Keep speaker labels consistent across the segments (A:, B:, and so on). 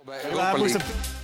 A: Bij Europa League.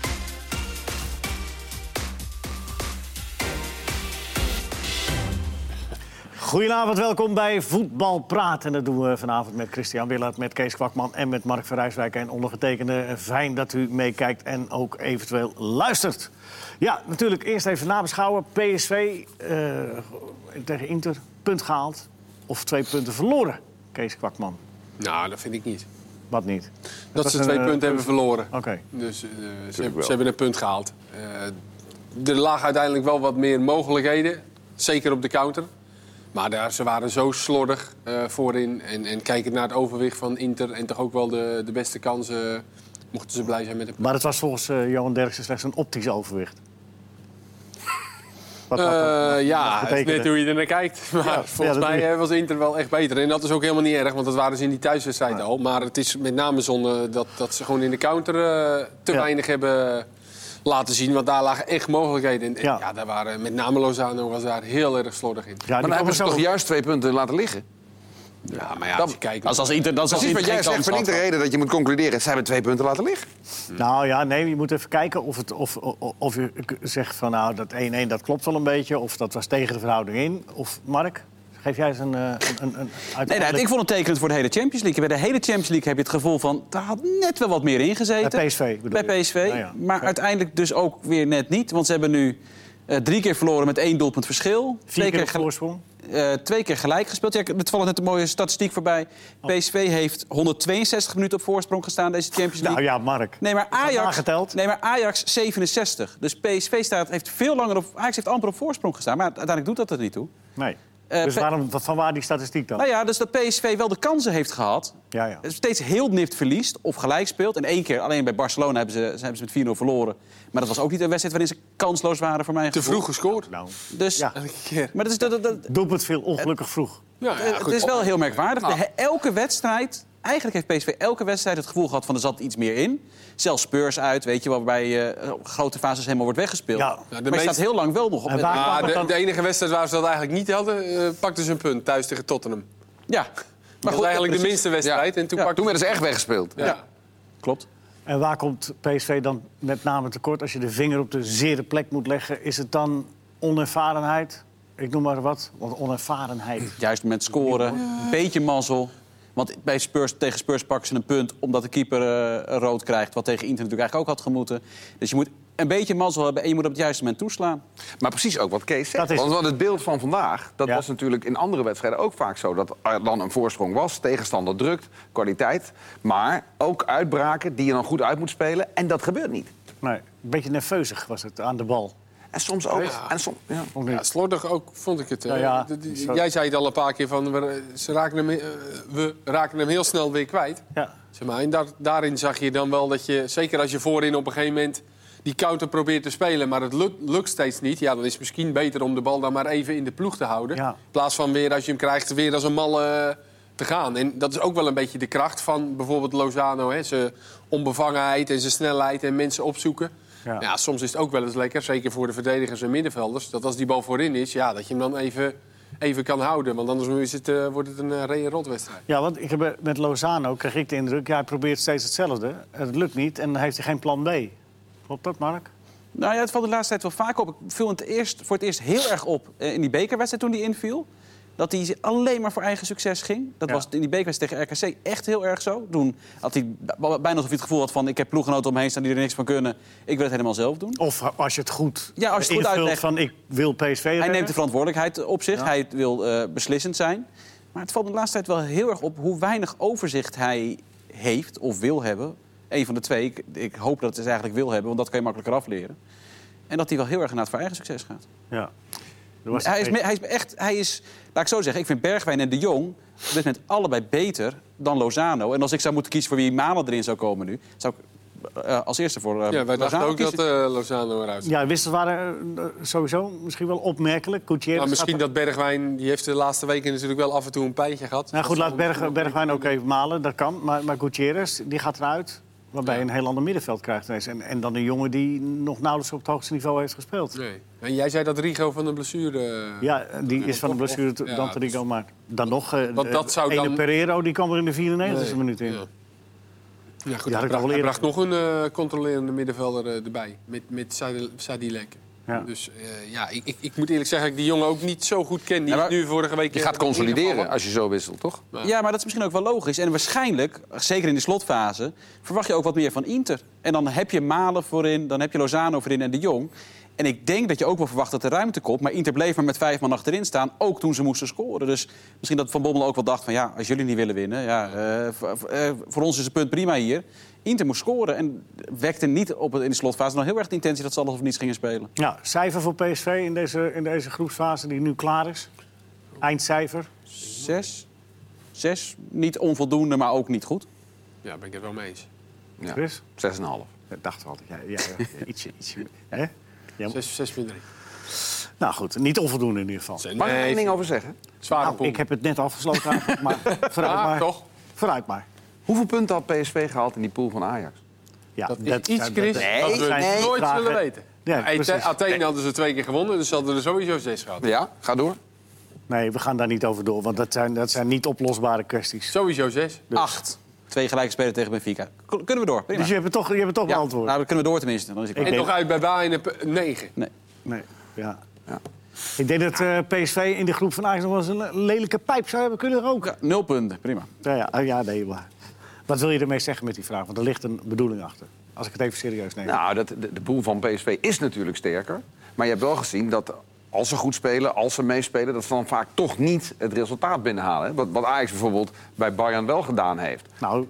B: Goedenavond, welkom bij Voetbal Praat. En dat doen we vanavond met Christian Willard, met Kees Kwakman en met Mark van Rijswijk en ondergetekende. Fijn dat u meekijkt en ook eventueel luistert. Ja, natuurlijk eerst even nabeschouwen. PSV tegen Inter, punt gehaald of 2 punten verloren, Kees Kwakman.
C: Nou, dat vind ik niet.
B: Wat niet?
C: Dat ze 2 punten hebben verloren.
B: Oké.
C: Dus ze hebben een punt gehaald. Er lagen uiteindelijk wel wat meer mogelijkheden. Zeker op de counter. Maar ze waren zo slordig voorin. En kijkend naar het overwicht van Inter en toch ook wel de beste kansen, mochten ze blij zijn met het.
B: Maar het was volgens Johan Derksen slechts een optisch overwicht.
C: Het is net hoe je er naar kijkt. Maar volgens mij was Inter wel echt beter. En dat is ook helemaal niet erg, want dat waren ze in die thuiswedstrijd al. Maar het is met name zonde dat ze gewoon in de counter te weinig hebben laten zien. Want daar lagen echt mogelijkheden. En daar waren, met name Lozano was daar heel erg slordig in.
A: Ja, maar dan hebben ze toch juist 2 punten laten liggen?
C: Ja, maar ja, als je kijkt...
A: Als Inter, precies wat jij zegt, verdient de reden dat je moet concluderen. Ze hebben 2 punten laten liggen.
B: Nou ja, nee, je moet even kijken of je zegt van nou, dat 1-1 dat klopt wel een beetje. Of dat was tegen de verhouding in. Of Mark, geef jij eens een
D: Nee, ik vond het tekenend voor de hele Champions League. Bij de hele Champions League heb je het gevoel van, daar had net wel wat meer in gezeten.
B: Bij PSV bedoel je?
D: Bij PSV,
B: ja.
D: maar uiteindelijk dus ook weer net niet. Want ze hebben nu 3 keer verloren met 1 doelpunt verschil.
B: 4 keer voorsprong.
D: 2 keer gelijk gespeeld. Ja, het valt net een mooie statistiek voorbij. PSV heeft 162 minuten op voorsprong gestaan deze Champions League.
B: Nou ja, Mark.
D: Nee, maar Ajax 67. Dus PSV heeft veel langer Ajax heeft amper op voorsprong gestaan. Maar uiteindelijk doet dat er niet toe.
B: Nee. Dus van waar die statistiek dan?
D: Nou ja, dus dat PSV wel de kansen heeft gehad.
B: Ja.
D: Steeds heel nipt verliest of gelijk speelt. En 1 keer, alleen bij Barcelona hebben ze met 4-0 verloren. Maar dat was ook niet een wedstrijd waarin ze kansloos waren voor mij.
C: Te vroeg gescoord.
B: Nou.
D: Dus, maar dat is
B: doelpunt veel ongelukkig vroeg.
D: Het is wel heel merkwaardig. Elke wedstrijd, eigenlijk heeft PSV elke wedstrijd het gevoel gehad van er zat iets meer in. Zelfs Spurs uit, weet je, waarbij grote fases helemaal wordt weggespeeld. Ja. Maar je staat heel lang wel nog op.
C: De enige wedstrijd waar ze dat eigenlijk niet hadden, pakten ze een punt thuis tegen Tottenham.
D: Ja.
C: Maar dat was eigenlijk de minste wedstrijd. Ja. En toen
A: werden ze echt weggespeeld.
D: Ja. Klopt.
B: En waar komt PSV dan met name tekort? Als je de vinger op de zere plek moet leggen, is het dan onervarenheid? Ik noem maar wat, want onervarenheid.
D: Juist met scoren, een beetje mazzel. Want tegen Spurs pakken ze een punt omdat de keeper rood krijgt. Wat tegen Inter natuurlijk eigenlijk ook had gemoeten. Dus je moet een beetje mazzel hebben en je moet op het juiste moment toeslaan.
A: Maar precies ook wat Kees zegt. Want het beeld van vandaag, dat was natuurlijk in andere wedstrijden ook vaak zo. Dat er dan een voorsprong was, tegenstander drukt, kwaliteit. Maar ook uitbraken die je dan goed uit moet spelen. En dat gebeurt niet.
B: Nee, een beetje nerveuzig was het aan de bal.
A: En soms ook.
C: Ja, slordig ook, vond ik het. Jij zei het al een paar keer, van we raken hem heel snel weer kwijt.
B: Ja.
C: Zeg maar, en daarin zag je dan wel dat je, zeker als je voorin op een gegeven moment die counter probeert te spelen, maar het lukt steeds niet. Ja, dan is het misschien beter om de bal dan maar even in de ploeg te houden. Ja. In plaats van weer, als je hem krijgt, weer als een malle te gaan. En dat is ook wel een beetje de kracht van bijvoorbeeld Lozano. Hè? Zijn onbevangenheid en zijn snelheid en mensen opzoeken. Ja, soms is het ook wel eens lekker, zeker voor de verdedigers en middenvelders, dat als die bal voorin is, dat je hem dan even kan houden. Want anders wordt het een rot-wedstrijd.
B: Ja, want met Lozano kreeg ik de indruk, hij probeert steeds hetzelfde. Het lukt niet en dan heeft hij geen plan B. Klopt dat, Mark?
D: Nou ja, het valt de laatste tijd wel vaak op. Ik viel voor het eerst heel erg op in die bekerwedstrijd toen hij inviel. Dat hij alleen maar voor eigen succes ging. Dat was in die bekerwedstrijd tegen RKC echt heel erg zo. Toen had hij bijna alsof hij het gevoel had van, ik heb ploeggenoten omheen staan die er niks van kunnen. Ik wil het helemaal zelf doen.
B: Of als je het goed
D: uitlegt
B: van, ik wil PSV redden.
D: Hij neemt de verantwoordelijkheid op zich. Ja. Hij wil beslissend zijn. Maar het valt de laatste tijd wel heel erg op hoe weinig overzicht hij heeft of wil hebben. Eén van de twee. Ik hoop dat het dus eigenlijk wil hebben, want dat kan je makkelijker afleren. En dat hij wel heel erg naar voor eigen succes gaat.
B: Ja.
D: Hij is, laat ik zo zeggen, ik vind Bergwijn en De Jong op dit moment allebei beter dan Lozano. En als ik zou moeten kiezen voor wie Malen erin zou komen nu, zou ik als eerste voor Lozano
C: wij dachten ook
D: kiezen.
C: Dat Lozano eruit zou.
B: Ja, wisten waren sowieso misschien wel opmerkelijk.
C: Maar misschien dat Bergwijn, die heeft de laatste weken natuurlijk wel af en toe een pijntje gehad.
B: Nou goed, laat Bergwijn ook even malen, dat kan. Maar Gutierrez, die gaat eruit. Waarbij je een heel ander middenveld krijgt. En dan een jongen die nog nauwelijks op het hoogste niveau heeft gespeeld.
C: Nee. En jij zei dat Rigo van de blessure...
B: Ja, die is van de blessure dan te Rigo. Maar dan nog,
C: dat zou
B: Pereiro, die kwam er in de 94e minuut in. Ja.
C: Ja, goed, hij bracht nog een controlerende middenvelder erbij. Met Sadilek. Ja. Dus ik moet eerlijk zeggen dat ik die jongen ook niet zo goed ken. Die is nu vorige week...
A: Je gaat consolideren als je zo wisselt, toch?
D: Ja, maar dat is misschien ook wel logisch. En waarschijnlijk, zeker in de slotfase, verwacht je ook wat meer van Inter. En dan heb je Malen voorin, dan heb je Lozano voorin en De Jong. En ik denk dat je ook wel verwacht dat er ruimte komt. Maar Inter bleef maar met 5 man achterin staan, ook toen ze moesten scoren. Dus misschien dat Van Bommel ook wel dacht van... ja, als jullie niet willen winnen, voor ons is het punt prima hier. Inter moest scoren en wekte niet in de slotfase nog heel erg de intentie dat ze alles of niets gingen spelen.
B: Ja, cijfer voor PSV in deze groepsfase die nu klaar is? Eindcijfer?
D: 6. Niet onvoldoende, maar ook niet goed.
C: Ja, ben ik het wel mee eens.
A: Ja. 6,5.
B: Dat dacht ik altijd. Ja, ietsje. Hè? Ja,
C: 6,3.
B: Nou goed, niet onvoldoende in ieder geval.
A: Mag ik er één ding over zeggen?
B: Ik heb het net afgesloten, maar vooruit maar.
C: Toch?
B: Vooruit maar.
A: Hoeveel punten had PSV gehaald in die pool van Ajax?
C: Ja, dat is iets, Chris, dat we nooit zullen weten. Ja, Athene hadden ze 2 keer gewonnen, dus ze hadden er sowieso 6 gehad.
A: Ja, ga door.
B: Nee, we gaan daar niet over door, want dat zijn niet oplosbare kwesties.
C: Sowieso 6.
D: Dus. 8. 2 gelijke spelen tegen Benfica. Kunnen we door? Prima.
B: Dus je hebt het toch beantwoord?
D: Nou, dan kunnen we door tenminste. Dan is
C: en nog uit bij Bayern 9.
B: Nee. Ja. Ik denk dat PSV in de groep van Ajax nog wel eens een lelijke pijp zou hebben kunnen roken.
D: Ja, 0 punten, prima.
B: Nee, maar wat wil je ermee zeggen met die vraag? Want er ligt een bedoeling achter. Als ik het even serieus neem.
A: Nou, de pool van PSV is natuurlijk sterker. Maar je hebt wel gezien dat als ze goed spelen, als ze meespelen... dat ze dan vaak toch niet het resultaat binnenhalen. Hè? Wat Ajax bijvoorbeeld bij Bayern wel gedaan heeft.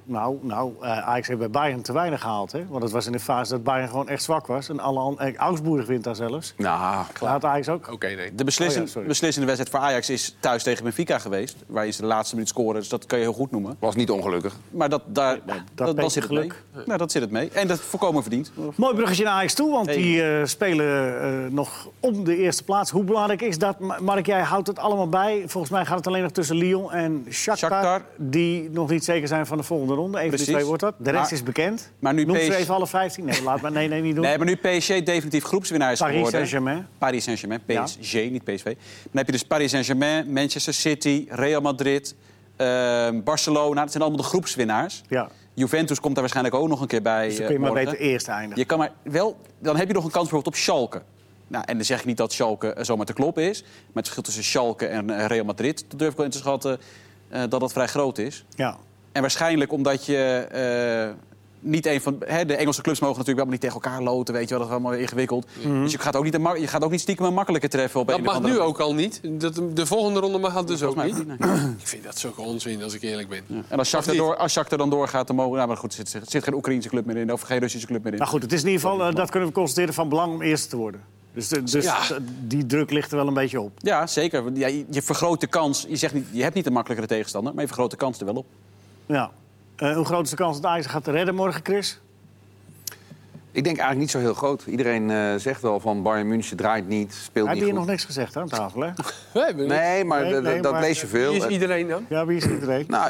B: Ajax heeft bij Bayern te weinig gehaald. Hè? Want het was in de fase dat Bayern gewoon echt zwak was. En Augsburg wint daar zelfs.
A: Nou,
B: dat had Ajax ook.
C: Oké, nee.
D: De beslissende wedstrijd voor Ajax is thuis tegen Benfica geweest. Waar ze de laatste minuut scoren, dus dat kan je heel goed noemen.
A: Was niet ongelukkig.
D: Maar dat zit het mee. Nou, dat zit het mee. En dat volkomen verdiend.
B: Mooi bruggetje naar Ajax toe, want die spelen nog om de eerste plaats. Hoe belangrijk is dat? Mark, jij houdt het allemaal bij. Volgens mij gaat het alleen nog tussen Lyon en Shakhtar. Die nog niet zeker zijn van de volgende ronde. Eén van die 2 wordt dat. De rest is bekend.
D: Maar nu
B: noem ze even alle 15. Nee, laat maar. Nee, niet doen.
D: Nee, maar nu PSG definitief groepswinnaar is geworden.
B: Paris Saint-Germain.
D: PSG, niet PSV. Dan heb je dus Paris Saint-Germain, Manchester City, Real Madrid, Barcelona. Dat zijn allemaal de groepswinnaars. Ja. Juventus komt daar waarschijnlijk ook nog een keer bij.
B: Dus dan kun je maar beter eerst eindigen.
D: Je kan maar wel, dan heb je nog een kans bijvoorbeeld op Schalke. Nou, en dan zeg ik niet dat Schalke zomaar te kloppen is. Maar het verschil tussen Schalke en Real Madrid... dat durf ik wel in te schatten dat dat vrij groot is.
B: Ja.
D: En waarschijnlijk omdat je niet een van... de Engelse clubs mogen natuurlijk wel niet tegen elkaar loten. Weet je wel, dat is allemaal ingewikkeld. Mm-hmm. Dus je gaat ook niet stiekem een makkelijke treffen. Op
C: dat mag nu ook al niet. De volgende ronde mag het dus ook niet.
B: Ik
C: vind dat zulke onzin, als ik eerlijk ben.
D: Ja. En als Shakhtar dan doorgaat, dan mogen... Nou, maar goed, er zit geen Oekraïense club meer in. Of geen Russische club meer in.
B: Maar goed, het is in ieder geval, dat kunnen we constateren, van belang om eerste te worden. Dus die druk ligt er wel een beetje op.
D: Ja, zeker. Ja, je vergroot de kans. Je zegt niet, je hebt niet een makkelijkere tegenstander, maar je vergroot de kans er wel op.
B: Ja. Hoe groot is de kans dat Ajax gaat redden morgen, Chris?
A: Ik denk eigenlijk niet zo heel groot. Iedereen zegt wel van Bayern München draait niet, speelt niet goed.
B: Heb je nog niks gezegd hè, aan tafel, hè?
A: Nee, maar dat lees je veel.
C: Wie is iedereen dan?
B: Ja, wie is iedereen?
A: Nou...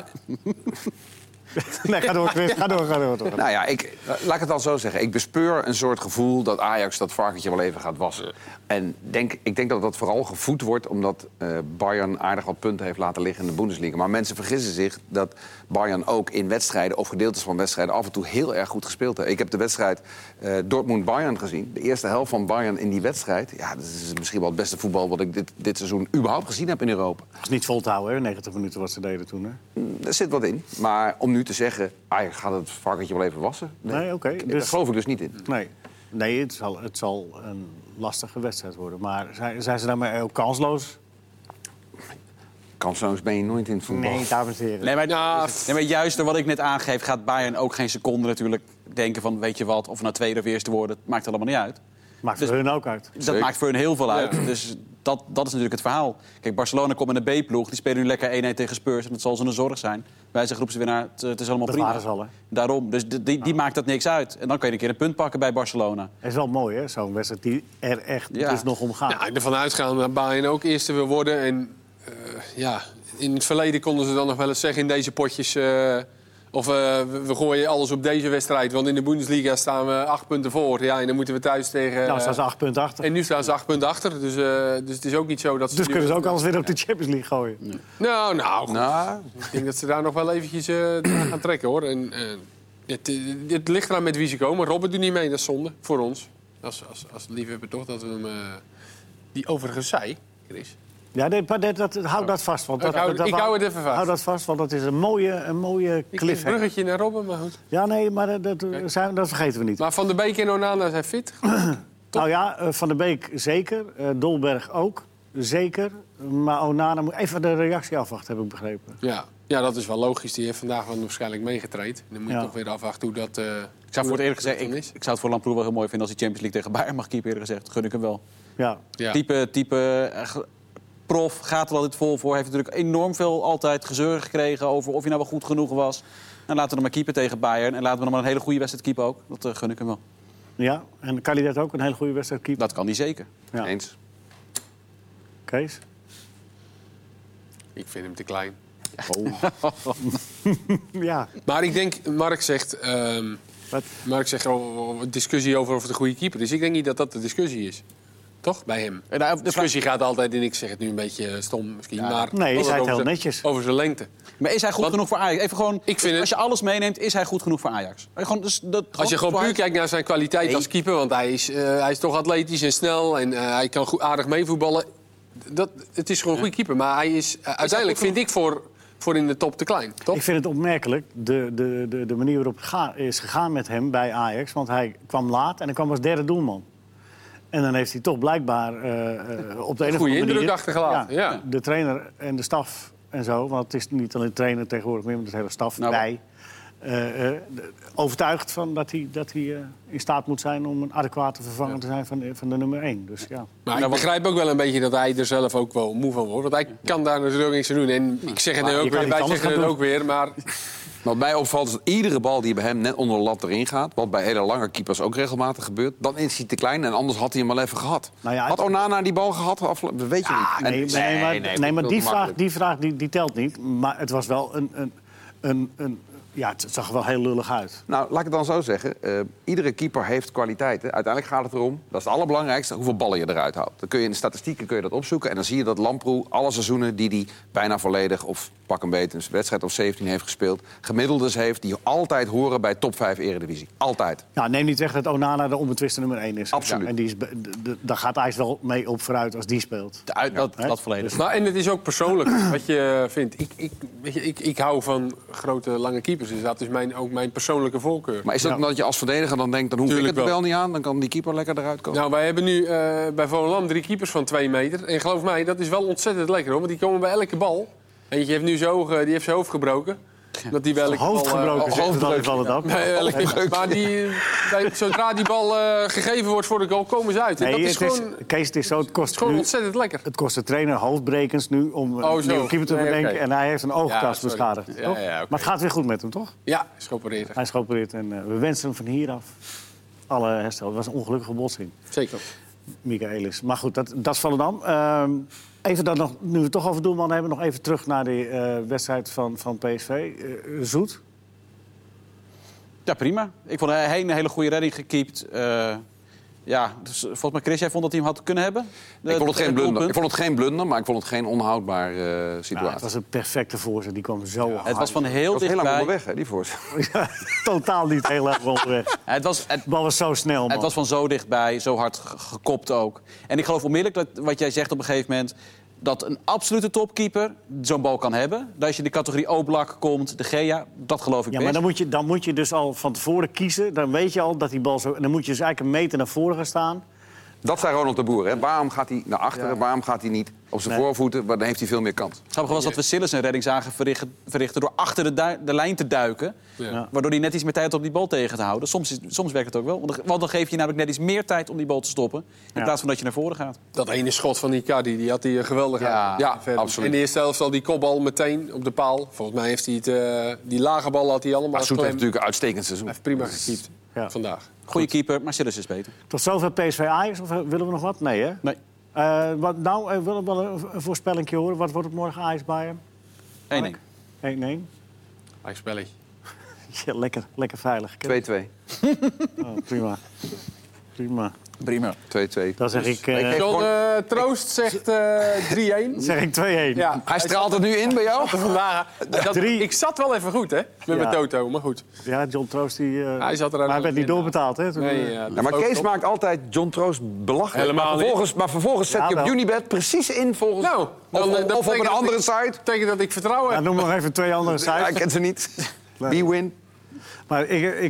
B: Nee, ga door, Chris. Ga door.
A: Nou ja, laat ik het dan zo zeggen. Ik bespeur een soort gevoel dat Ajax dat varkentje wel even gaat wassen. En ik denk dat dat vooral gevoed wordt omdat Bayern aardig wat punten heeft laten liggen in de Bundesliga. Maar mensen vergissen zich dat Bayern ook in wedstrijden of gedeeltes van wedstrijden af en toe heel erg goed gespeeld heeft. Ik heb de wedstrijd Dortmund-Bayern gezien. De eerste helft van Bayern in die wedstrijd. Ja, dat is misschien wel het beste voetbal wat ik dit seizoen überhaupt gezien heb in Europa.
B: Dat is niet vol te houden, hè? 90 minuten wat ze deden toen, hè?
A: Er zit wat in. Maar om nu te zeggen, Ajax gaat het varkentje wel even wassen.
B: Nee, oké.
A: Daar geloof ik dus niet in.
B: Nee, het zal een lastige wedstrijd worden. Maar zijn ze daarmee ook kansloos?
A: Kansloos ben je nooit in het voetbal.
B: Nee, dames en heren.
D: Nee, maar juist door wat ik net aangeef... gaat Bayern ook geen seconde natuurlijk denken van... weet je wat, of we nou tweede of eerste worden... het maakt allemaal niet uit.
B: Maakt voor hun ook uit.
D: Dat maakt voor hun heel veel uit. Ja. Dus dat is natuurlijk het verhaal. Kijk, Barcelona komt met een B-ploeg. Die spelen nu lekker 1-1 tegen Spurs. En dat zal ze een zorg zijn. Wij zijn groepswinnaar. Het is allemaal prima.
B: Dat waren ze al, hè?
D: Daarom. Dus die maakt dat niks uit. En dan kan je een keer een punt pakken bij Barcelona.
B: Het is wel mooi, hè? Zo'n wedstrijd die er echt dus nog om gaat.
C: Ja, ervan uitgaan dat Bayern ook eerste wil worden. En in het verleden konden ze dan nog wel eens zeggen in deze potjes... we gooien alles op deze wedstrijd. Want in de Bundesliga staan we 8 punten voor. Ja, en dan moeten we thuis tegen...
B: Nou, staan ze 8 punten achter.
C: En nu staan ze 8 punten achter. Dus het is ook niet zo dat ze...
B: Dus kunnen ze ook alles weer op de Champions League gooien?
C: Nee. Nou. Ik denk dat ze daar nog wel eventjes gaan trekken, hoor. En Het ligt eraan met wie ze komen. Robert doet niet mee, dat is zonde voor ons. Als liefhebber toch, dat we hem... die overigens zei, Chris...
B: Ja, hou dat vast. Want
C: ik hou het even vast.
B: Hou dat vast, want dat is een mooie cliffhanger.
C: Een bruggetje naar Robben, maar goed.
B: Ja, nee, maar dat vergeten we niet.
C: Maar Van der Beek en Onana zijn fit?
B: Nou ja, Van der Beek zeker. Dolberg ook, zeker. Maar Onana moet even de reactie afwachten, heb ik begrepen.
C: Ja, dat is wel logisch. Die heeft vandaag wel waarschijnlijk meegetraind. Dan moet je toch weer afwachten hoe dat...
D: ik zou voor het eerlijk gezegd, ik zou het voor Lamproe wel heel mooi vinden... als hij Champions League tegen Bayern mag keeper, eerlijk gezegd. Gun ik hem wel.
B: Ja.
D: Type prof, gaat er altijd vol voor. Heeft natuurlijk enorm veel altijd gezeur gekregen... over of hij nou wel goed genoeg was. En laten we dan maar keeper tegen Bayern. En laten we dan maar een hele goede wedstrijd keeper ook. Dat gun ik hem wel.
B: Ja, en kan hij dat ook, een hele goede wedstrijd keeper?
D: Dat kan hij zeker.
B: Ja.
A: Eens.
B: Kees?
C: Ik vind hem te klein.
B: Ja.
C: Maar ik denk, Mark zegt discussie over of het een goede keeper is. Ik denk niet dat dat de discussie is. Toch? Bij hem. De discussie gaat altijd, en ik zeg het nu een beetje stom misschien, maar...
B: Nee, is hij het heel netjes.
C: Over zijn lengte.
D: Maar is hij goed genoeg voor Ajax? Even gewoon, als je alles meeneemt, is hij goed genoeg voor Ajax?
C: Als je gewoon puur kijkt naar zijn kwaliteit als keeper... want hij is toch atletisch en snel en hij kan aardig meevoetballen. Het is gewoon een goede keeper, maar hij is uiteindelijk, vind ik, voor in de top te klein. Toch?
B: Ik vind het opmerkelijk, de manier waarop het is gegaan met hem bij Ajax. Want hij kwam laat en hij kwam als derde doelman. En dan heeft hij toch blijkbaar op de een of andere manier...
C: indruk achtergelaten, ja.
B: De trainer en de staf en zo... want het is niet alleen de trainer tegenwoordig meer... maar de hele staf bij... overtuigd van dat hij in staat moet zijn... om een adequate vervanger te zijn van de nummer 1. Dus, ja.
C: Maar ik begrijp ook wel een beetje dat hij er zelf ook wel moe van wordt. Want hij kan daar natuurlijk niks aan doen. En ik zeg het nu ook weer, wij zeggen het ook weer, maar...
A: Wat mij opvalt is dat iedere bal die bij hem net onder de lat erin gaat... wat bij hele lange keepers ook regelmatig gebeurt... dan is hij te klein en anders had hij hem al even gehad. Nou ja, had Onana die bal gehad? Dat weet je niet.
B: Nee, maar die vraag telt niet. Maar het was wel ja, het zag er wel heel lullig uit.
A: Nou, laat ik het dan zo zeggen. Iedere keeper heeft kwaliteiten. Uiteindelijk gaat het erom, dat is het allerbelangrijkste... hoeveel ballen je eruit haalt. Dan kun je in de statistieken dat opzoeken... en dan zie je dat Lamproe alle seizoenen die hij bijna volledig... of pak een beetje een wedstrijd of 17 heeft gespeeld... gemiddeldes heeft die altijd horen bij top 5 Eredivisie. Altijd.
B: Ja, neem niet weg dat Onana de onbetwiste nummer 1 is.
A: Absoluut.
B: Ja, en daar gaat Ajax wel mee op vooruit als die speelt.
D: Dat volledig.
C: Dus, en het is ook persoonlijk wat je vindt. Ik hou van grote, lange keepers. Dus dat is ook mijn persoonlijke voorkeur.
A: Maar is dat omdat je als verdediger dan denkt... dan hoef ik het er wel niet aan, dan kan die keeper lekker eruit komen?
C: Nou, wij hebben nu bij Volendam 3 keepers van 2 meter. En geloof mij, dat is wel ontzettend lekker, hoor. Want die komen bij elke bal. Eentje heeft nu die heeft zijn hoofd gebroken. Dat die wel
B: hoofd gebroken,
C: maar zodra die bal gegeven wordt voor de goal, komen ze uit.
B: Nee, Kees, het is zo, het kost
C: gewoon ontzettend lekker.
B: Het kost de trainer hoofdbrekens nu om een nieuwe keeper te bedenken. Okay. En hij heeft een oogkas beschadigd. Ja, okay. Maar het gaat weer goed met hem, toch?
C: Ja, is geopereerd.
B: Hij is geopereerd en we wensen hem van hieraf alle herstel. Het was een ongelukkige botsing.
C: Zeker.
B: Michaelis. Maar goed, dat is Volendam. Even dan nog, nu we het toch over doelman hebben... nog even terug naar die wedstrijd van PSV. Zoet?
D: Ja, prima. Ik vond hij een hele goede redding gekiept. Dus volgens mij, Chris, jij vond dat hij hem had kunnen hebben?
A: Ik vond het geen blunder, maar ik vond het geen onhoudbare situatie.
B: Nou, het was een perfecte voorzet, die kwam zo hard.
D: Het was van heel dichtbij.
A: Heel lang onderweg, hè, die voorzet.
B: Ja, totaal niet heel erg onderweg. De bal was zo snel, man.
D: Het was van zo dichtbij, zo hard gekopt ook. En ik geloof onmiddellijk dat wat jij zegt op een gegeven moment... dat een absolute topkeeper zo'n bal kan hebben. Dat als je in de categorie Oblak komt, de Gea, dat geloof ik best.
B: Ja, maar dan moet je dus al van tevoren kiezen. Dan weet je al dat die bal zo... En dan moet je dus eigenlijk een meter naar voren gaan staan.
A: Dat zei Ronald de Boer, hè. Waarom gaat hij naar achteren? Ja. Waarom gaat hij niet op zijn voorvoeten? Dan heeft hij veel meer kans.
D: Het grappige was dat we Sillis een redding zagen verrichten... door achter de lijn te duiken. Ja. Waardoor hij net iets meer tijd had om die bal tegen te houden. Soms werkt het ook wel. Want dan geef je namelijk net iets meer tijd om die bal te stoppen. In plaats van dat je naar voren gaat.
C: Dat ene schot van Icardi, die had hij geweldig uit.
A: Ja, absoluut.
C: En de eerste helft al die kopbal meteen op de paal. Volgens mij heeft hij die lage bal had hij allemaal...
A: Zoet heeft natuurlijk een uitstekend seizoen.
C: Hij heeft prima gekiept vandaag.
D: Goeie keeper, maar Sillis is beter.
B: Tot zover PSV Ajax, of willen we nog wat? Nee, hè?
D: Nee.
B: Willen we wel een voorspelling horen? Wat wordt het morgen Ajax Bayern?
D: 1-1.
B: 1-1.
C: Ajax spelletje.
B: Ja, lekker veilig.
A: 2-2.
B: Oh, prima.
D: Prima.
A: 2-2.
B: Dan zeg ik...
C: John Troost zegt 3-1.
B: zeg ik 2-1.
C: Ja,
A: Hij straalt het nu in bij jou?
C: Ik zat wel even goed, hè? Met mijn Toto, maar goed.
B: Ja, John Troost,
C: Hij zat er
B: hij werd niet doorbetaald, hè?
A: Maar Kees maakt altijd John Troost belachelijk. Maar vervolgens zet hij op Unibet precies in volgens...
C: Nou,
A: of op een andere site.
C: Dat betekent dat ik vertrouwen heb.
B: Noem nog even 2 andere sites.
A: Ja, ik ken ze niet. B-win.
B: Maar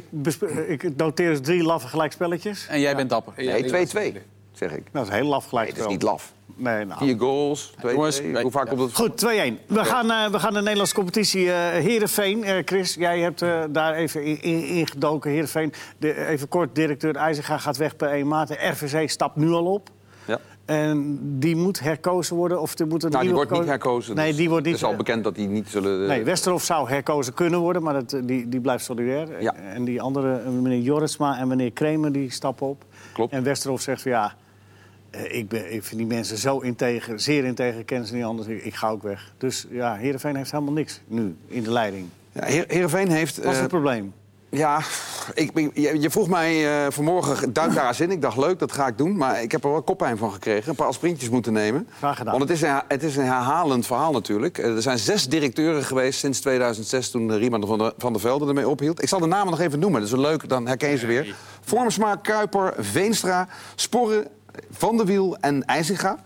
B: ik noteer dus 3 laffe gelijkspelletjes.
D: En jij bent dapper.
A: Nee, 2-2, zeg ik.
B: Dat is een heel laf
A: Nee,
B: gelijkspel.
A: dat is niet laf.
B: Nee, nou.
A: 4 goals, 2-2. Hoe vaak komt het?
B: Goed, 2-1. We gaan de Nederlandse competitie. Heerenveen, Chris, jij hebt daar even in gedoken. Heerenveen, even kort, directeur IJzerga gaat weg per 1 maart. De RVC stapt nu al op. Ja. En die moet herkozen worden? Of die wordt
A: niet herkozen.
B: Nee, die wordt niet.
A: Het is al bekend dat die niet zullen...
B: Nee, Westerhof zou herkozen kunnen worden, maar die blijft solidair. Ja. En die andere, meneer Jorisma en meneer Kremer, die stappen op.
A: Klopt.
B: En Westerhof zegt van ja... Ik vind die mensen zo integer, zeer integer, kennen ze niet anders. Ik ga ook weg. Dus ja, Heerenveen heeft helemaal niks nu in de leiding.
A: Ja, Heerenveen heeft...
B: Wat is het probleem?
A: Ja, je vroeg mij vanmorgen, duik daar eens in. Ik dacht, leuk, dat ga ik doen. Maar ik heb er wel koppijn van gekregen. Een paar sprintjes moeten nemen.
B: Graag gedaan.
A: Want het is een herhalend verhaal natuurlijk. Er zijn 6 directeuren geweest sinds 2006... toen Riemann van der Velde ermee ophield. Ik zal de namen nog even noemen. Dat is wel leuk, dan herken je ze weer. Vormsma, Kuiper, Veenstra, Sporre, Van der Wiel en IJzinga.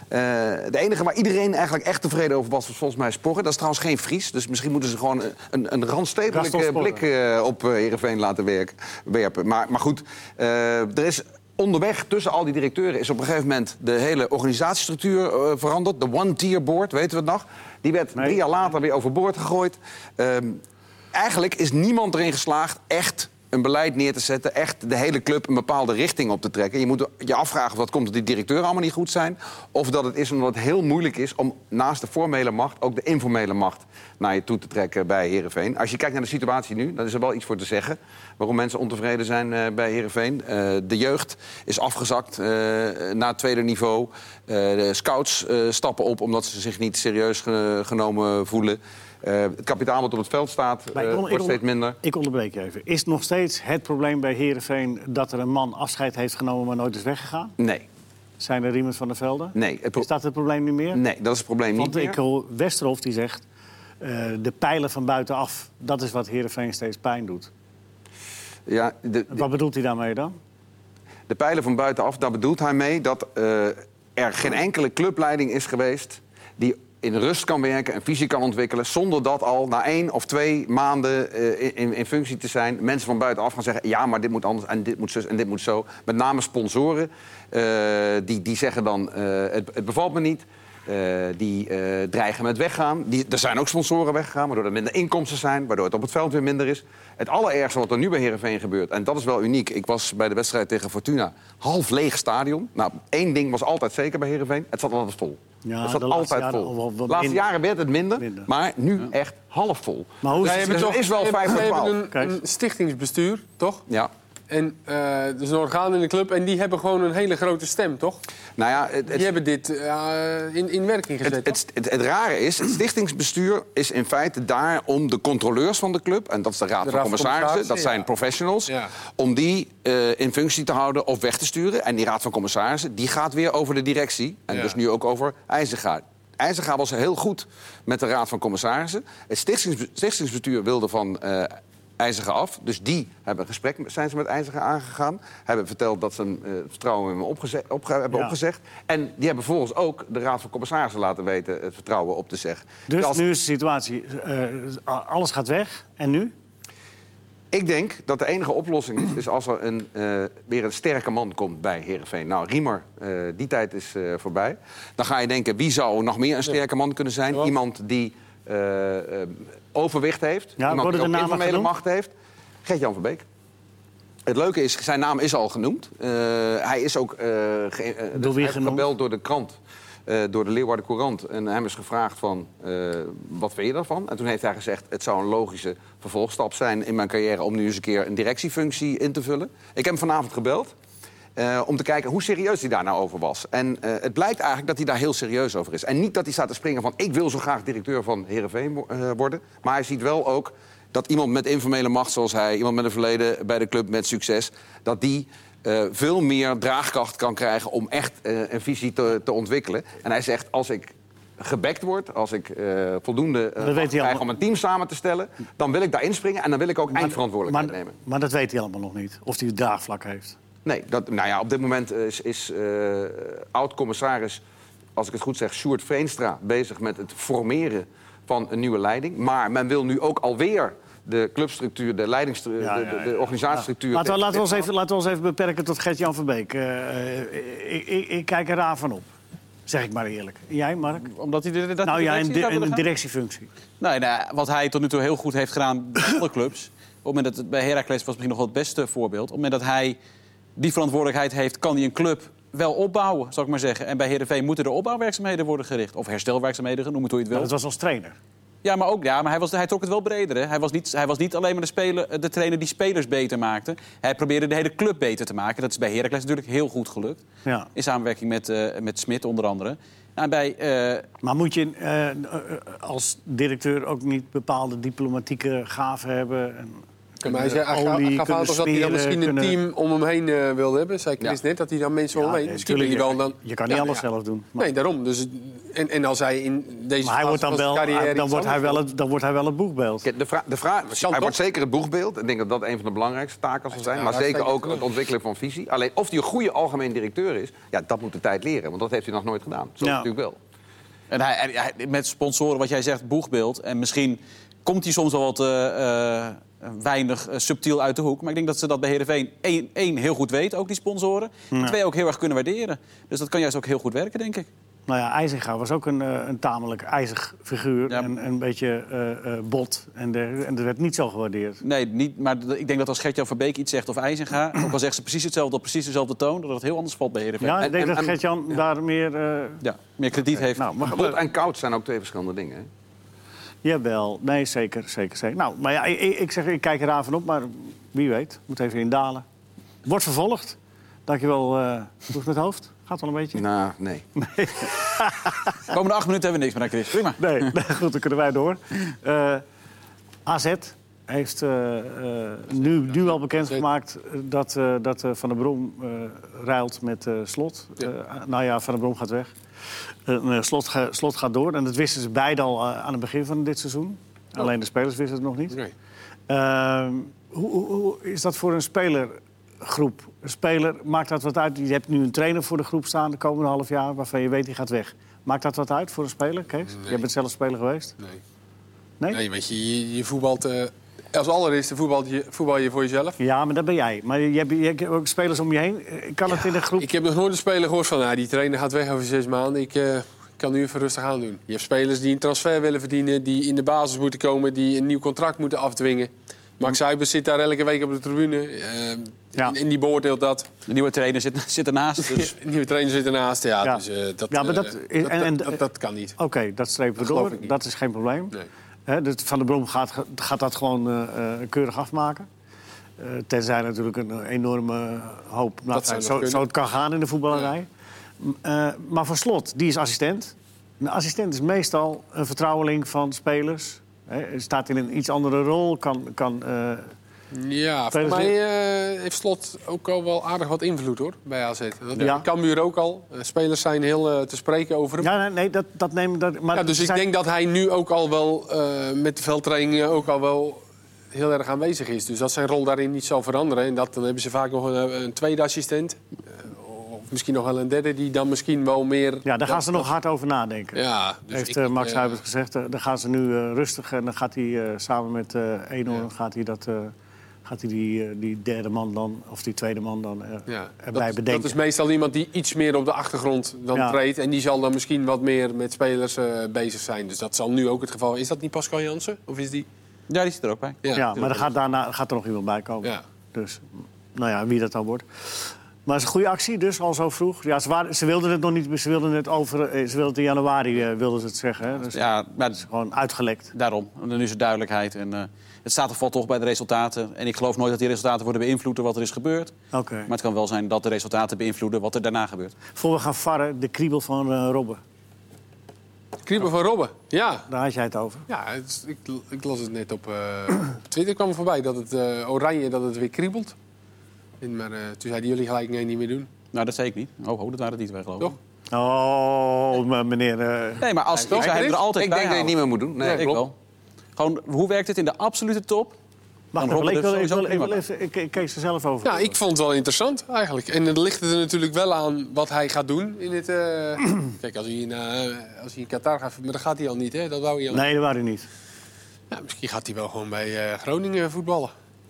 A: De enige waar iedereen eigenlijk echt tevreden over was volgens mij Sporre. Dat is trouwens geen Fries, dus misschien moeten ze gewoon een randstedelijke blik op Heerenveen laten werpen. Maar goed, er is onderweg tussen al die directeuren is op een gegeven moment de hele organisatiestructuur veranderd. De one-tier board, weten we het nog? Die werd 3 jaar later weer overboord gegooid. Eigenlijk is niemand erin geslaagd echt een beleid neer te zetten, echt de hele club een bepaalde richting op te trekken. Je moet je afvragen of dat komt dat die directeuren allemaal niet goed zijn, of dat het is omdat het heel moeilijk is om naast de formele macht ook de informele macht naar je toe te trekken bij Heerenveen. Als je kijkt naar de situatie nu, dan is er wel iets voor te zeggen waarom mensen ontevreden zijn bij Heerenveen. De jeugd is afgezakt naar het tweede niveau. De scouts stappen op omdat ze zich niet serieus genomen voelen. Het kapitaal wat op het veld staat wordt steeds minder. Ik
B: onderbreek je even. Is het nog steeds het probleem bij Heerenveen dat er een man afscheid heeft genomen maar nooit is weggegaan?
A: Nee.
B: Zijn er Riemann van der Velde?
A: Nee.
B: Is dat het probleem niet meer?
A: Nee, dat is het probleem niet meer.
B: Want ik hoor Westerhof die zegt, de pijlen van buitenaf, dat is wat Heerenveen steeds pijn doet.
A: Ja,
B: wat bedoelt hij daarmee dan?
A: De pijlen van buitenaf, daar bedoelt hij mee dat er geen enkele clubleiding is geweest die in rust kan werken en visie kan ontwikkelen, zonder dat al na 1 of 2 maanden in functie te zijn mensen van buitenaf gaan zeggen, ja, maar dit moet anders en dit moet zus en dit moet zo. Met name sponsoren, die zeggen dan, het bevalt me niet. Die dreigen met weggaan. Er zijn ook sponsoren weggegaan, waardoor er minder inkomsten zijn, waardoor het op het veld weer minder is. Het allerergste wat er nu bij Heerenveen gebeurt, en dat is wel uniek. Ik was bij de wedstrijd tegen Fortuna, half leeg stadion. Nou, 1 ding was altijd zeker bij Heerenveen, het zat altijd vol.
B: Ja,
A: het zat altijd vol. De laatste jaren werd het minder. Maar nu echt half vol.
B: Maar hoe
A: is wel 5 voor 12.
C: We hebben een stichtingsbestuur, toch?
A: Ja.
C: En dat is een orgaan in de club en die hebben gewoon een hele grote stem, toch?
A: Nou ja,
C: die hebben dit in werking gezet.
A: Het rare is, het stichtingsbestuur is in feite daar om de controleurs van de club, en dat is de Raad van Commissarissen, dat zijn professionals, om die in functie te houden of weg te sturen. En die Raad van Commissarissen, die gaat weer over de directie. En dus nu ook over IJzerga. IJzerga was heel goed met de Raad van Commissarissen. Het stichtingsbestuur wilde van IJzerga af. Dus die hebben een gesprek zijn ze met IJzerga aangegaan. Hebben verteld dat ze een vertrouwen in hem hebben opgezegd. En die hebben vervolgens ook de Raad van Commissarissen laten weten het vertrouwen op te zeggen.
B: Dus nu is de situatie, alles gaat weg. En nu?
A: Ik denk dat de enige oplossing is als er weer een sterke man komt bij Heerenveen. Nou, Riemer, die tijd is voorbij. Dan ga je denken, wie zou nog meer een sterke man kunnen zijn? Ja. Iemand die overwicht heeft.
B: Ja,
A: iemand die ook informele macht heeft. Gert-Jan Verbeek. Het leuke is, zijn naam is al genoemd. Hij is ook gebeld door de krant. Door de Leeuwarden Courant. En hem is gevraagd van, wat vind je daarvan? En toen heeft hij gezegd, het zou een logische vervolgstap zijn in mijn carrière om nu eens een keer een directiefunctie in te vullen. Ik heb hem vanavond gebeld om te kijken hoe serieus hij daar nou over was. En het blijkt eigenlijk dat hij daar heel serieus over is. En niet dat hij staat te springen van, ik wil zo graag directeur van Heerenveen worden. Maar hij ziet wel ook dat iemand met informele macht zoals hij, iemand met een verleden bij de club met succes, dat die veel meer draagkracht kan krijgen om echt een visie te ontwikkelen. En hij zegt, als ik gebackt word, als ik voldoende krijg om een team samen te stellen, dan wil ik daar inspringen en dan wil ik ook eindverantwoordelijkheid nemen.
B: Maar dat weet hij allemaal nog niet, of hij het draagvlak heeft.
A: Nee, op dit moment is oud-commissaris, als ik het goed zeg, Sjoerd Veenstra bezig met het formeren van een nieuwe leiding. Maar men wil nu ook alweer de clubstructuur, de leidingsstructuur, de organisatiestructuur...
B: Laten we ons even beperken tot Gert-Jan Verbeek. Ik kijk er raar van op. Zeg ik maar eerlijk. Jij, Mark?
D: Omdat hij
B: een directiefunctie.
D: Nee, wat hij tot nu toe heel goed heeft gedaan bij alle clubs. Op het moment dat het bij Heracles was misschien nog wel het beste voorbeeld. Op het moment dat hij die verantwoordelijkheid heeft, kan hij een club wel opbouwen, zal ik maar zeggen. En bij Heerenveen moeten er opbouwwerkzaamheden worden gericht. Of herstelwerkzaamheden, noem het hoe je het wil.
B: Maar dat was als trainer.
D: Ja, maar hij trok het wel breder. Hè. Hij was niet alleen maar de trainer die spelers beter maakte. Hij probeerde de hele club beter te maken. Dat is bij Heracles natuurlijk heel goed gelukt. Ja. In samenwerking met Smit onder andere.
B: Maar moet je als directeur ook niet bepaalde diplomatieke gaven hebben?
C: Maar hij gaf aan dat hij dan misschien een team om hem heen wilde hebben. Zei Chris net, dat hij dan mensen omheen...
B: Je kan niet alles zelf doen.
C: Maar... Nee, daarom. Dus, en als hij in deze
B: fase van zijn carrière... Dan wordt hij wel het boegbeeld.
A: De vraag, hij wordt zeker het boegbeeld. Ik denk dat dat een van de belangrijkste taken zal zijn. Maar zeker ook het ontwikkelen van visie. Alleen of hij een goede algemeen directeur is... dat moet de tijd leren. Want dat heeft hij nog nooit gedaan. Zo natuurlijk wel.
D: En hij, met sponsoren, wat jij zegt, boegbeeld. En misschien komt hij soms wel wat... weinig subtiel uit de hoek. Maar ik denk dat ze dat bij Heerenveen één heel goed weten, ook die sponsoren. En 2 ook heel erg kunnen waarderen. Dus dat kan juist ook heel goed werken, denk ik.
B: Nou ja, IJzinga was ook een tamelijk ijzig figuur. Ja. En een beetje bot. En dat werd niet zo gewaardeerd.
D: Nee, niet, maar ik denk dat als Gert-Jan Verbeek iets zegt of IJzinga... ook al zegt ze precies hetzelfde op precies dezelfde toon... dat het heel anders valt bij Heerenveen.
B: Ja, ik denk dat Gert-Jan daar meer...
D: meer krediet heeft.
A: Nou, bot en koud zijn ook 2 verschillende dingen, hè?
B: Jawel, nee, zeker. Nou, maar ja, ik kijk er aan van op, maar wie weet. Moet even indalen. Wordt vervolgd. Dankjewel. Hoe is het met het hoofd? Gaat wel een beetje?
A: Nou, nee.
D: De komende 8 minuten hebben we niks meer, Chris. Prima.
B: Nee, goed, dan kunnen wij door. AZ heeft nu al bekendgemaakt dat Van der Brom ruilt met Slot. Van der Brom gaat weg. Slot gaat door. En dat wisten ze beide al aan het begin van dit seizoen. Alleen de spelers wisten het nog niet. Nee. Hoe is dat voor een spelergroep? Een speler, maakt dat wat uit? Je hebt nu een trainer voor de groep staan de komende half jaar... waarvan je weet, die gaat weg. Maakt dat wat uit voor een speler, Kees? Nee. Jij bent zelf speler geweest.
C: Nee, weet je voetbalt... Als allereerste voetbal je voor jezelf.
B: Ja, maar dat ben jij. Maar je hebt ook spelers om je heen. Kan het in de groep...
C: Ik heb nog nooit een speler gehoord van... die trainer gaat weg over 6 maanden. Ik kan nu even rustig aan doen. Je hebt spelers die een transfer willen verdienen... die in de basis moeten komen... die een nieuw contract moeten afdwingen. Max Huibers zit daar elke week op de tribune. En die beoordeelt dat.
D: De nieuwe trainer zit ernaast. Dus.
C: De nieuwe trainer zit ernaast, Dus, dat kan niet.
B: Oké, dat strepen we door. Dat is geen probleem. Nee. Van der Brom gaat dat gewoon keurig afmaken. Tenzij natuurlijk een enorme hoop... Zo het kan gaan in de voetballerij. Ja. Maar voor Slot, die is assistent. Een assistent is meestal een vertrouweling van spelers. Staat in een iets andere rol.
C: Voor mij heeft Slot ook al wel aardig wat invloed, hoor, bij AZ. Dat Cambuur ook al. Spelers zijn heel te spreken over hem.
B: Ja, nee, dat neem ik... Maar
C: dus ik denk dat hij nu ook al wel met de veldtrainingen ook al wel heel erg aanwezig is. Dus dat zijn rol daarin niet zal veranderen. En dan hebben ze vaak nog een tweede assistent. Of misschien nog wel een derde die dan misschien wel meer...
B: Ja, daar gaan ze nog hard over nadenken. Ja, dus heeft Max Huibers gezegd. Dan gaan ze nu rustig en dan gaat hij samen met Eenhoorn... Gaat hij die derde man dan, of die tweede man dan erbij bedenken.
C: Dat is meestal iemand die iets meer op de achtergrond dan treedt. En die zal dan misschien wat meer met spelers bezig zijn. Dus dat zal nu ook het geval. Is dat niet Pascal Jansen? Of is die...
D: Ja, die zit er ook bij.
B: Ja, maar daarna gaat er nog iemand bij komen. Ja. Dus, wie dat dan wordt. Maar het is een goede actie dus, al zo vroeg. Ja, ze wilden het nog niet, ze wilden het in januari, wilden ze het zeggen. Hè? Dus maar het is gewoon uitgelekt.
D: Daarom, nu is er duidelijkheid. En het staat of valt toch bij de resultaten. En ik geloof nooit dat die resultaten worden beïnvloed door wat er is gebeurd.
B: Okay.
D: Maar het kan wel zijn dat de resultaten beïnvloeden wat er daarna gebeurt.
B: Voor we gaan varren, de kriebel van Robben.
C: Kriebel van Robben, ja.
B: Daar had jij het over.
C: Ja, ik las het net op Twitter kwam voorbij dat het oranje dat het weer kriebelt. Maar toen zeiden jullie gelijk nee, niet meer doen.
D: Nou, dat zei ik niet. Dat waren het niet, wij geloven.
C: Toch?
B: Oh, meneer...
D: Nee, maar als ik zou hem er altijd
A: ik
D: bij
A: denk dat je het niet meer moet doen. Nee,
D: ik wel. Gewoon, hoe werkt het in de absolute top?
B: Wacht even, ik keek ze zelf over.
C: Ja, ik vond het wel interessant eigenlijk. En dan ligt het er natuurlijk wel aan wat hij gaat doen in het... Kijk, als hij in Qatar gaat... Maar dat gaat hij al niet, hè? Dat wou hij al
B: Nee, dat wou hij niet.
C: Ja, misschien gaat hij wel gewoon bij Groningen voetballen.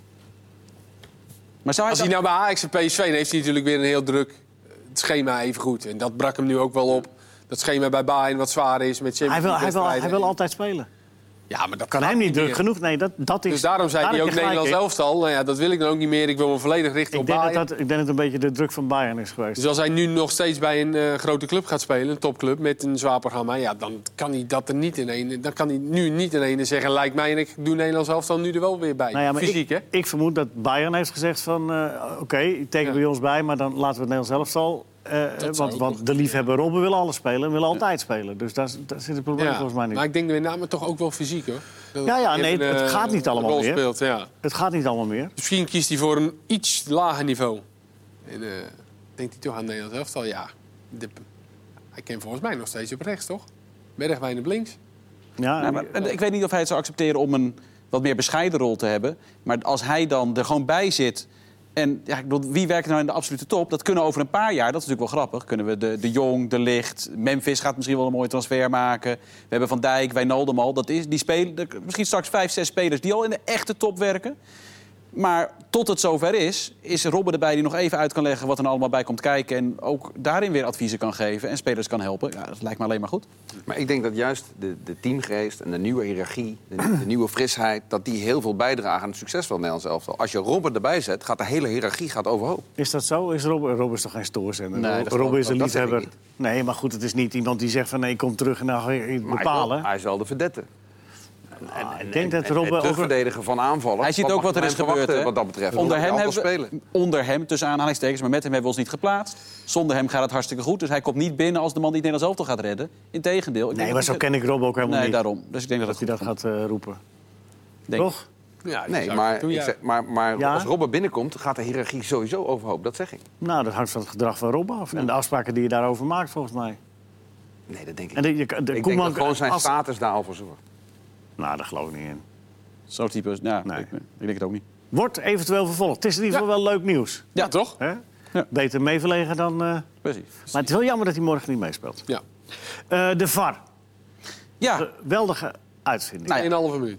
D: Maar zou hij
C: als hij nou bij Ajax en PSV... dan heeft hij natuurlijk weer een heel druk schema even goed. En dat brak hem nu ook wel op. Dat schema bij Bayern wat zwaar is. Met
B: hij wil altijd spelen.
C: Ja, maar dat
B: kan hem niet druk genoeg. Nee, dat is...
C: Dus daarom zei hij ook Nederlands elftal. Nou ja, dat wil ik dan ook niet meer. Ik wil me volledig richten op Bayern.
B: Ik denk dat het een beetje de druk van Bayern is geweest.
C: Dus als hij nu nog steeds bij een grote club gaat spelen, een topclub met een zwaar programma, ja, dan kan hij dat er niet in één. Dan kan hij nu niet in één zeggen, lijkt mij, en ik doe Nederlands elftal nu er wel weer bij.
B: Nou ja, fysiek, hè? Ik vermoed dat Bayern heeft gezegd van, oké, teken bij ons bij, maar dan laten we het Nederlands elftal. Want de liefhebber Robben wil alles spelen en wil altijd spelen. Dus daar zit het probleem volgens mij niet.
C: Maar ik denk met name toch ook wel fysiakt, hoor.
B: Het gaat niet allemaal meer.
C: Speelt, ja.
B: Het gaat niet allemaal meer.
C: Misschien kiest hij voor een iets lager niveau. En denkt hij toch aan Nederlands elftal? Ja, hij kent volgens mij nog steeds op rechts, toch? Bergwijn op links.
D: Ja, maar ik weet niet of hij het zou accepteren om een wat meer bescheiden rol te hebben. Maar als hij dan er gewoon bij zit... En ja, ik bedoel, wie werkt nou in de absolute top? Dat kunnen over een paar jaar, dat is natuurlijk wel grappig. Kunnen we de Jong, de Ligt, Memphis gaat misschien wel een mooie transfer maken. We hebben Van Dijk, Wijnaldum al. Die spelen, misschien straks 5, 6 spelers die al in de echte top werken. Maar tot het zover is Robben erbij die nog even uit kan leggen wat er nou allemaal bij komt kijken. En ook daarin weer adviezen kan geven en spelers kan helpen. Ja, dat lijkt me alleen maar goed.
A: Maar ik denk dat juist de teamgeest en de nieuwe hiërarchie, de nieuwe frisheid, dat die heel veel bijdragen aan het succes van het Nederlands elftal. Als je Robben erbij zet, gaat de hele hiërarchie overhoop.
B: Is dat zo? Robben is toch geen stoorzender? Nee, Robben is een liefhebber. Nee, maar goed, het is niet iemand die zegt van nee, ik kom terug en dan ga je het bepalen.
A: Hij is wel de verdette.
B: Ik denk dat Robben
A: het verdedigen van aanvallen.
D: Hij ziet ook wat er is gebeurd.
A: Wat dat betreft.
D: Onder hem, tussen aanhalingstekens, maar met hem hebben we ons niet geplaatst. Zonder hem gaat het hartstikke goed. Dus hij komt niet binnen als de man die het Nederlands elftal gaat redden. Integendeel.
B: Nee, maar zo ken ik Robben ook helemaal niet.
D: Nee, daarom. Dus ik denk dat
B: hij dat gaat roepen.
D: Denk.
B: Toch?
A: Ja, nee, maar als Robben binnenkomt, gaat de hiërarchie sowieso overhoop. Dat zeg ik.
B: Nou, dat hangt van het gedrag van Robben af. En de afspraken die je daarover maakt, volgens mij.
A: Nee, dat denk ik
B: niet.
A: Ik denk dat gewoon zijn status daar al voor zorgt.
B: Nou, daar geloof ik niet in.
D: Zo'n type, nee. Ik denk het ook niet.
B: Wordt eventueel vervolgd. Het is in ieder geval wel leuk nieuws.
C: Ja, toch?
B: Ja. Beter meeverlegen dan...
D: Precies.
B: Maar het is wel jammer dat hij morgen niet meespeelt.
C: Ja.
B: De VAR.
C: Ja.
B: Geweldige uitvinding.
C: 1,5 minuut.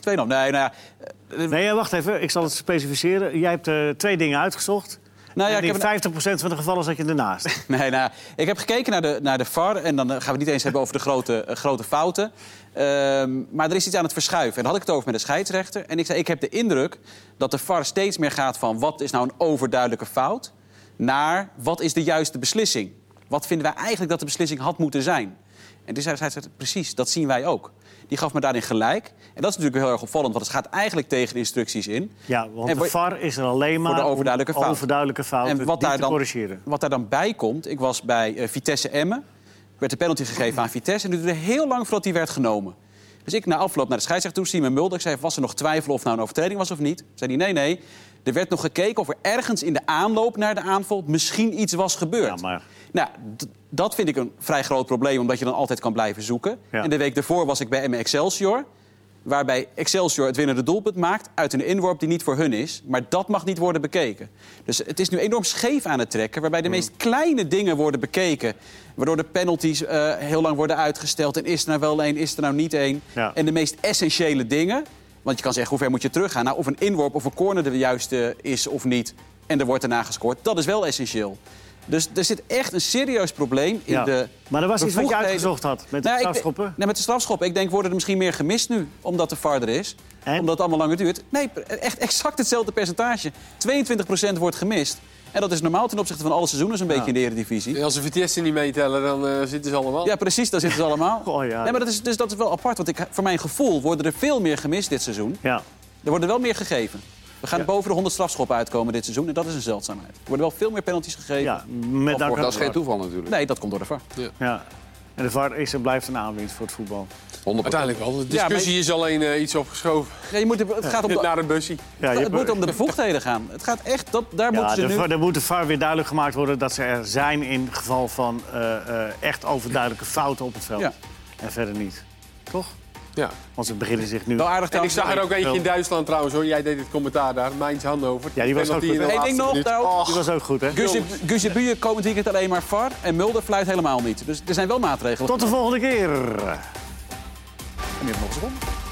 D: 2,5.
B: Nee, wacht even. Ik zal het specificeren. Jij hebt 2 dingen uitgezocht. Nou ja, in 50% van de gevallen zat je ernaast.
D: Nee, ik heb gekeken naar de VAR. En dan gaan we het niet eens hebben over de grote fouten. Maar er is iets aan het verschuiven. En dan had ik het over met de scheidsrechter. En ik zei, ik heb de indruk dat de VAR steeds meer gaat van... wat is nou een overduidelijke fout... naar wat is de juiste beslissing. Wat vinden wij eigenlijk dat de beslissing had moeten zijn. En die scheidsrechter, precies, dat zien wij ook. Die gaf me daarin gelijk. En dat is natuurlijk heel erg opvallend, want het gaat eigenlijk tegen de instructies in.
B: Ja, want de VAR is er alleen maar
D: voor de overduidelijke
B: fouten en te corrigeren.
D: Wat daar dan bij komt, ik was bij Vitesse Emmen. Werd de penalty gegeven aan Vitesse. En het duurde heel lang voordat die werd genomen. Dus ik na afloop naar de scheidsrechter toe, Simon Mulder. Ik zei, was er nog twijfel of nou een overtreding was of niet? Zei hij, nee. Er werd nog gekeken of er ergens in de aanloop naar de aanval... misschien iets was gebeurd.
B: Ja, maar...
D: Nou, dat vind ik een vrij groot probleem, omdat je dan altijd kan blijven zoeken. Ja. En de week daarvoor was ik bij Emmen Excelsior... waarbij Excelsior het winnende doelpunt maakt... uit een inworp die niet voor hun is. Maar dat mag niet worden bekeken. Dus het is nu enorm scheef aan het trekken... waarbij de meest kleine dingen worden bekeken... waardoor de penalties heel lang worden uitgesteld... en is er nou wel één, is er nou niet één. Ja. En de meest essentiële dingen... want je kan zeggen, hoe ver moet je teruggaan? Nou, of een inworp of een corner de juiste is of niet... en er wordt daarna gescoord, dat is wel essentieel. Dus er zit echt een serieus probleem in de...
B: Maar er was iets wat je uitgezocht had met de strafschoppen?
D: Met de strafschoppen. Ik denk, worden er misschien meer gemist nu, omdat de VAR er is. En? Omdat het allemaal langer duurt. Nee, echt exact hetzelfde percentage. 22% wordt gemist. En dat is normaal ten opzichte van alle seizoenen zo'n beetje in de Eredivisie.
C: Als ze Vitesse niet meetellen, dan zitten ze allemaal.
D: Ja, precies, dan zitten ze allemaal. Nee, maar dat is wel apart, want voor mijn gevoel worden er veel meer gemist dit seizoen. Ja. Er worden wel meer gegeven. We gaan boven de 100 strafschoppen uitkomen dit seizoen. En dat is een zeldzaamheid. Er worden wel veel meer penalties gegeven.
A: Ja, dat is geen toeval natuurlijk.
D: Nee, dat komt door de VAR.
B: Ja. En de VAR is en blijft een aanwinst voor het voetbal.
A: 100%.
C: Uiteindelijk wel. De discussie is alleen iets opgeschoven.
D: Ja, het gaat om
C: naar een busje.
B: Ja,
D: het moet om de bevoegdheden gaan. Het gaat echt, daar moeten ze nu...
B: Er moet de VAR weer duidelijk gemaakt worden dat ze er zijn in geval van echt overduidelijke fouten op het veld. Ja. En verder niet. Toch?
C: Ja.
B: Want ze beginnen zich nu...
C: Wel aardig en ik zag er ook eentje in Duitsland trouwens, hoor. Jij deed het commentaar daar, Mijns Hannover.
B: Ja, die was ook goed.
D: Eén ding nog,
B: die was ook goed, hè?
D: Guzebuje komend weekend alleen maar VAR en Mulder fluit helemaal niet. Dus er zijn wel maatregelen.
B: Tot de volgende keer.
D: En nu nog eens rond.